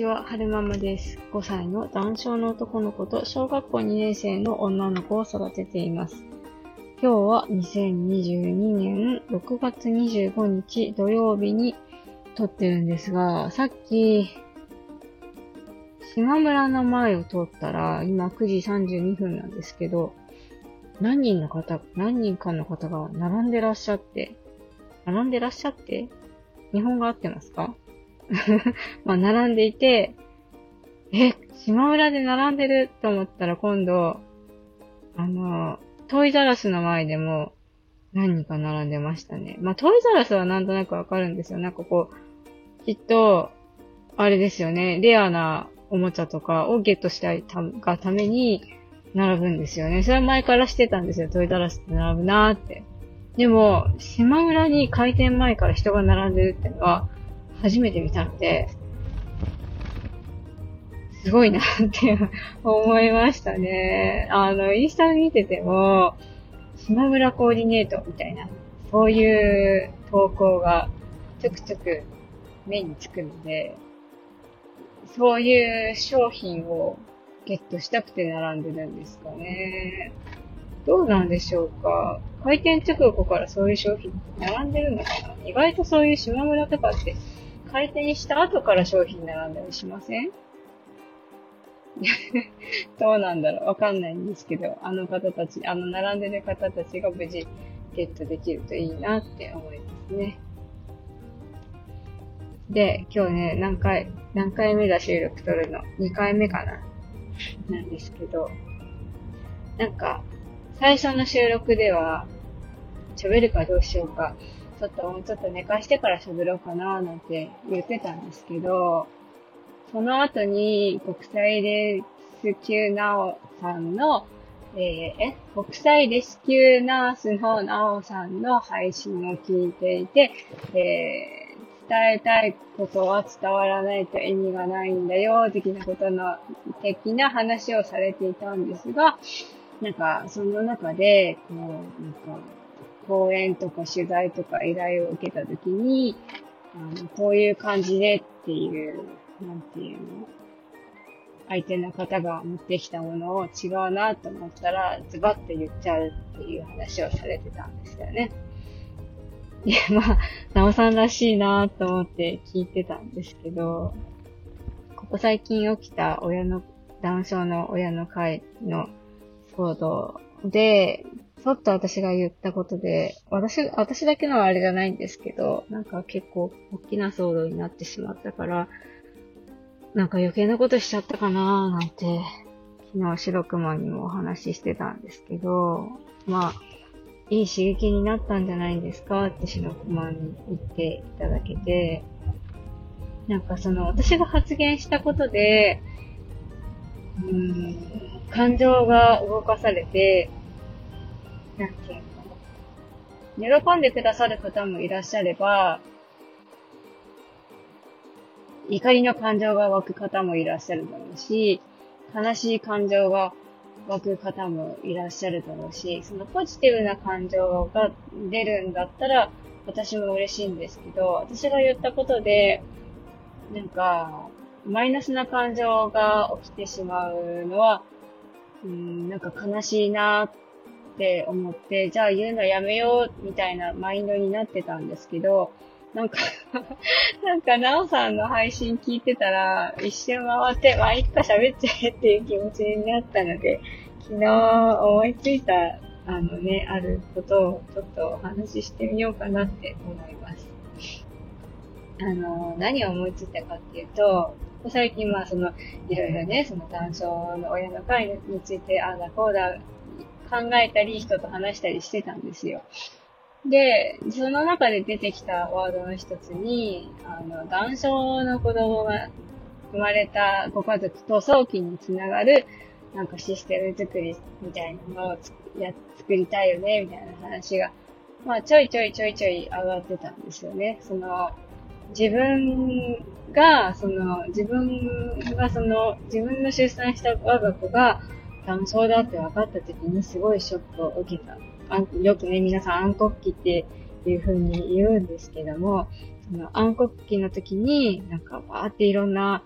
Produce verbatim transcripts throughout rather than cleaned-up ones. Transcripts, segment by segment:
は、はるままです。ごさいの男性の男の子と小学校にねん生の女の子を育てています。今日はにせんにじゅうにねんろくがつにじゅうごにち土曜日に撮ってるんですが、さっき、島村の前を通ったら、今くじさんじゅうにふんなんですけど、何人の方、何人かの方が並んでらっしゃって、並んでらっしゃって日本語合ってますかまあ、並んでいて、え、島村で並んでると思ったら今度、あの、トイザらスの前でも何人か並んでましたね。まあ、トイザらスはなんとなくわかるんですよ。なんかこう、きっと、あれですよね、レアなおもちゃとかをゲットしたいたがために並ぶんですよね。それは前からしてたんですよ。トイザらスって並ぶなーって。でも、島村に開店前から人が並んでるってのは、初めて見たので、すごいなって思いましたね。あの、インスタ見てても、島村コーディネートみたいな、そういう投稿がちょくちょく目につくので、そういう商品をゲットしたくて並んでるんですかね。どうなんでしょうか。開店直後からそういう商品並んでるのかな。意外とそういう島村とかって開店した後から商品並んだりしません？どうなんだろう、わかんないんですけど、あの方たち、あの並んでる方たちが無事ゲットできるといいなって思いますね。で、今日ね、何回、何回目だ収録撮るの ?に 回目かななんですけど、なんか、最初の収録では、喋るかどうしようか、ちょっともうちょっと寝かしてから喋ろうかななんて言ってたんですけど、その後に国際レスキューナーさんの、えー、え、国際レスキューナースのナオさんの配信を聞いていて、えー、伝えたいことは伝わらないと意味がないんだよ、的なことの、的な話をされていたんですが、なんか、その中で、こう、なんか、講演とか取材とか依頼を受けたときに、あの、こういう感じでっていう、なんていうの、相手の方が持ってきたものを違うなと思ったら、ズバッと言っちゃうっていう話をされてたんですよね。いや、まあ、なおさんらしいなと思って聞いてたんですけど、ここ最近起きた親の、ダウン症の親の会の騒動で、ちょっと私が言ったことで、私、私だけのはあれじゃないんですけど、なんか結構大きな騒動になってしまったから、なんか余計なことしちゃったかなーなんて、昨日白熊にもお話ししてたんですけど、まあ、いい刺激になったんじゃないんですかって白熊に言っていただけて、なんかその私が発言したことで、うーん、感情が動かされて、なんていうの、喜んでくださる方もいらっしゃれば、怒りの感情が湧く方もいらっしゃるだろうし、悲しい感情が湧く方もいらっしゃるだろうし、そのポジティブな感情が出るんだったら、私も嬉しいんですけど、私が言ったことで、なんか、マイナスな感情が起きてしまうのは、うーん、なんか悲しいなって思って、じゃあ言うのやめようみたいなマインドになってたんですけど、なんか、なんか、なおさんの配信聞いてたら、一周回って、まあ、いっか喋っちゃえっていう気持ちになったので、昨日思いついた、あのね、あることをちょっとお話ししてみようかなって思います。あの、何を思いついたかっていうと、最近まあ、その、いろいろね、その男性の親の会について、ああだこうだ考えたり、人と話したりしてたんですよ。で、その中で出てきたワードの一つに、あの、男性の子供が生まれたご家族と早期につながる、なんかシステム作りみたいなのをつや作りたいよね、みたいな話が、まあ、ちょいちょいちょいちょい上がってたんですよね。その、自分が、その、自分がその、自分の出産した我が子が、男性だって分かった時にすごいショックを受けた。よくね、皆さん暗黒期っていう風に言うんですけども、その暗黒期の時に、なんかバーっていろんな、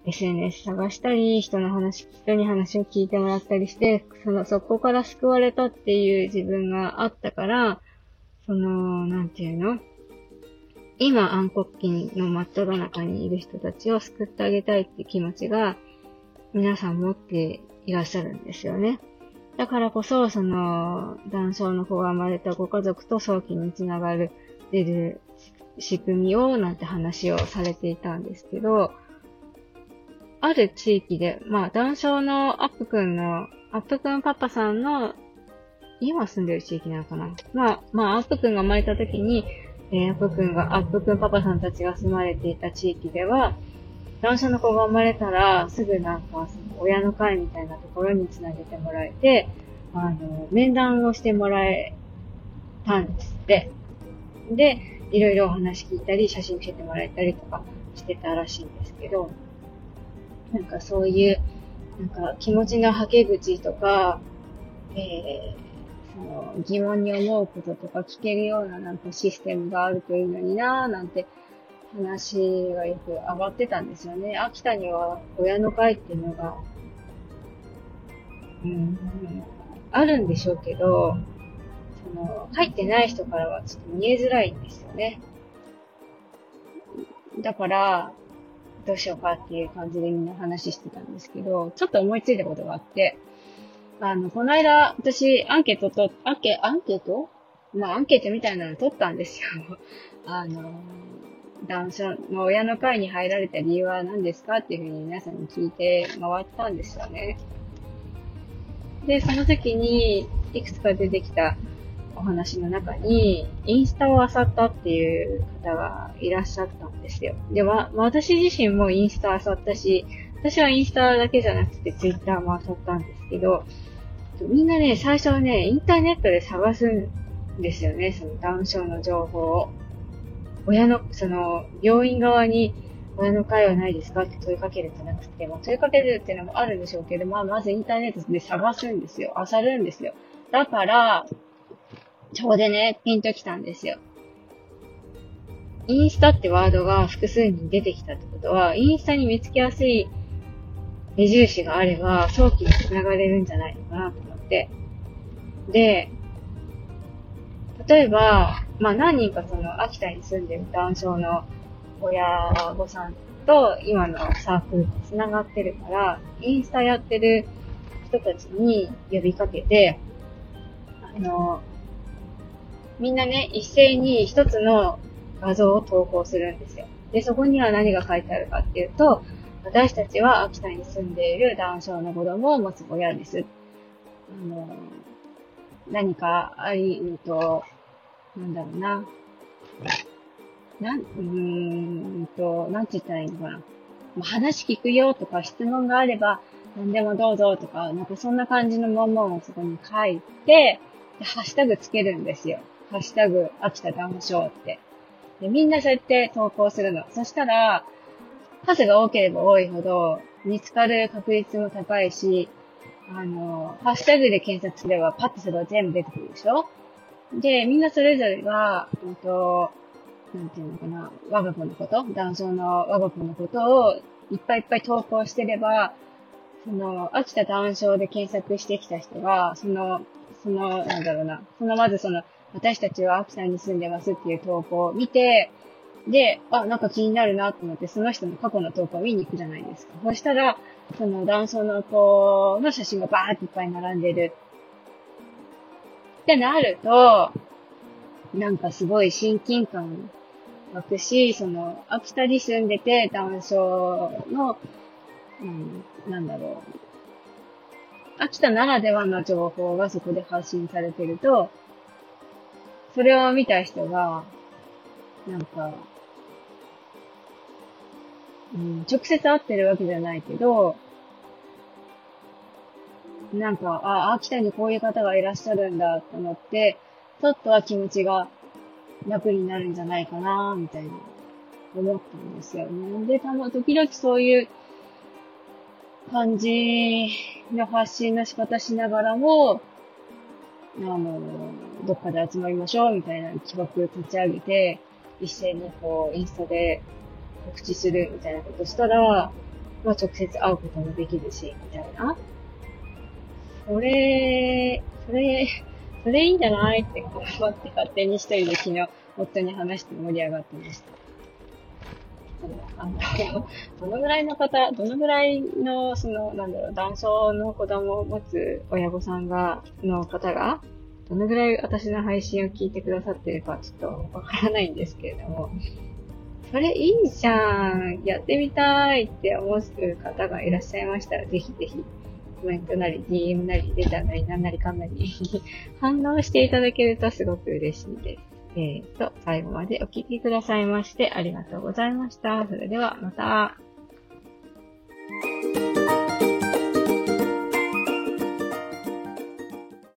エスエヌエス 探したり、人の話、人に話を聞いてもらったりして、その、そこから救われたっていう自分があったから、その、なんていうの？今暗黒期の真っ只中にいる人たちを救ってあげたいって気持ちが、皆さん持っていらっしゃるんですよね。だからこそ、その、男性の子が生まれたご家族と早期につながる、出る仕組みを、なんて話をされていたんですけど、ある地域で、まあ、男性のアップくんの、アップくんパパさんの、今住んでる地域なのかな？まあ、まあ、アップくんが生まれた時に、えー、アップくんが、アップくんパパさんたちが住まれていた地域では、男性の子が生まれたら、すぐなんか、その親の会みたいなところにつなげてもらえて、あの、面談をしてもらえたんですって。で、いろいろお話聞いたり、写真見せてもらえたりとかしてたらしいんですけど、なんかそういう、なんか気持ちのはけ口とか、えー、その疑問に思うこととか聞けるようななんかシステムがあるといいのになぁなんて話がよく上がってたんですよね。秋田には親の会っていうのが、うん、あるんでしょうけど、その入ってない人からはちょっと見えづらいんですよね。だから、どうしようかっていう感じでみんな話してたんですけど、ちょっと思いついたことがあって、あの、この間、私、アンケートと、アンケ、アンケートまあ、アンケートみたいなの取ったんですよ。あの、男性の親の会に入られた理由は何ですかっていうふうに皆さんに聞いて回ったんですよね。で、その時に、いくつか出てきたお話の中に、インスタを漁ったっていう方がいらっしゃったんですよ。で、ま、私自身もインスタ漁ったし、私はインスタだけじゃなくてツイッターも漁ったんですけど、みんなね、最初はね、インターネットで探すんですよね、そのダウン症の情報を。親の、その、病院側に、親の会はないですかって問いかけるんじゃなくて、まあ、問いかけるっていうのもあるんでしょうけど、まあ、まずインターネットで探すんですよ。漁るんですよ。だから、そこでね、ピンときたんですよ。インスタってワードが複数に出てきたってことは、インスタに見つけやすい目印があれば、早期に繋がれるんじゃないのかなと思って。で、例えば、まあ何人かその秋田に住んでる男性の親御さんと今のサークルと繋がってるから、インスタやってる人たちに呼びかけて、あの、みんなね、一斉に一つの画像を投稿するんですよ。で、そこには何が書いてあるかっていうと、私たちは秋田に住んでいるダウン症の子供を持つ親です。あの、何かあり、うんと、なんだろうな。なん、うーんと、なんて言ったらいいのかな。話聞くよとか質問があれば何でもどうぞとか、なんかそんな感じの文言をそこに書いて、でハッシュタグつけるんですよ。ハッシュタグ、秋田ダウン症って。で、みんなそうやって投稿するの。そしたら、数が多ければ多いほど、見つかる確率も高いし、あの、ハッシュタグで検索すればパッとすれば全部出てくるでしょ？で、みんなそれぞれが、うんと、なんていうのかな、我が子のこと、男性の我が子のことをいっぱいいっぱい投稿してれば、その、秋田ダウン症で検索してきた人が、その、その、なんだろうな、そのまずその、私たちは秋田に住んでますっていう投稿を見て、で、あ、なんか気になるなと思って、その人の過去の投稿を見に行くじゃないですか。そしたら、そのダウン症の子の写真がバーっていっぱい並んでる。ってなると、なんかすごい親近感湧くし、その、秋田に住んでてダウン症の、うん、なんだろう。秋田ならではの情報がそこで発信されてると、それを見た人が、なんか、うん、直接会ってるわけじゃないけど、なんか、あ、秋田にこういう方がいらっしゃるんだと思って、ちょっとは気持ちが楽になるんじゃないかな、みたいな、思ったんですよね。で、たま、時々そういう感じの発信の仕方しながらも、あの、どっかで集まりましょう、みたいな企画立ち上げて、一斉にこう、インスタで告知するみたいなことしたら、 まあ、直接会うこともできるし、みたいな。それ、それ、それいいんじゃないって思って勝手に一人で昨日夫に話して盛り上がってました。あの、どのぐらいの方、どのぐらいの、その、なんだろう、男性の子供を持つ親御さんが、の方が、どのぐらい私の配信を聞いてくださってるかちょっとわからないんですけれども、それいいじゃん、やってみたいって思う方がいらっしゃいましたら、ぜひぜひ、コメントなり、ディーエム なり、レターなり、なんなりかんなり、反応していただけるとすごく嬉しいです。えーと、最後までお聞きくださいましてありがとうございました。それではまた。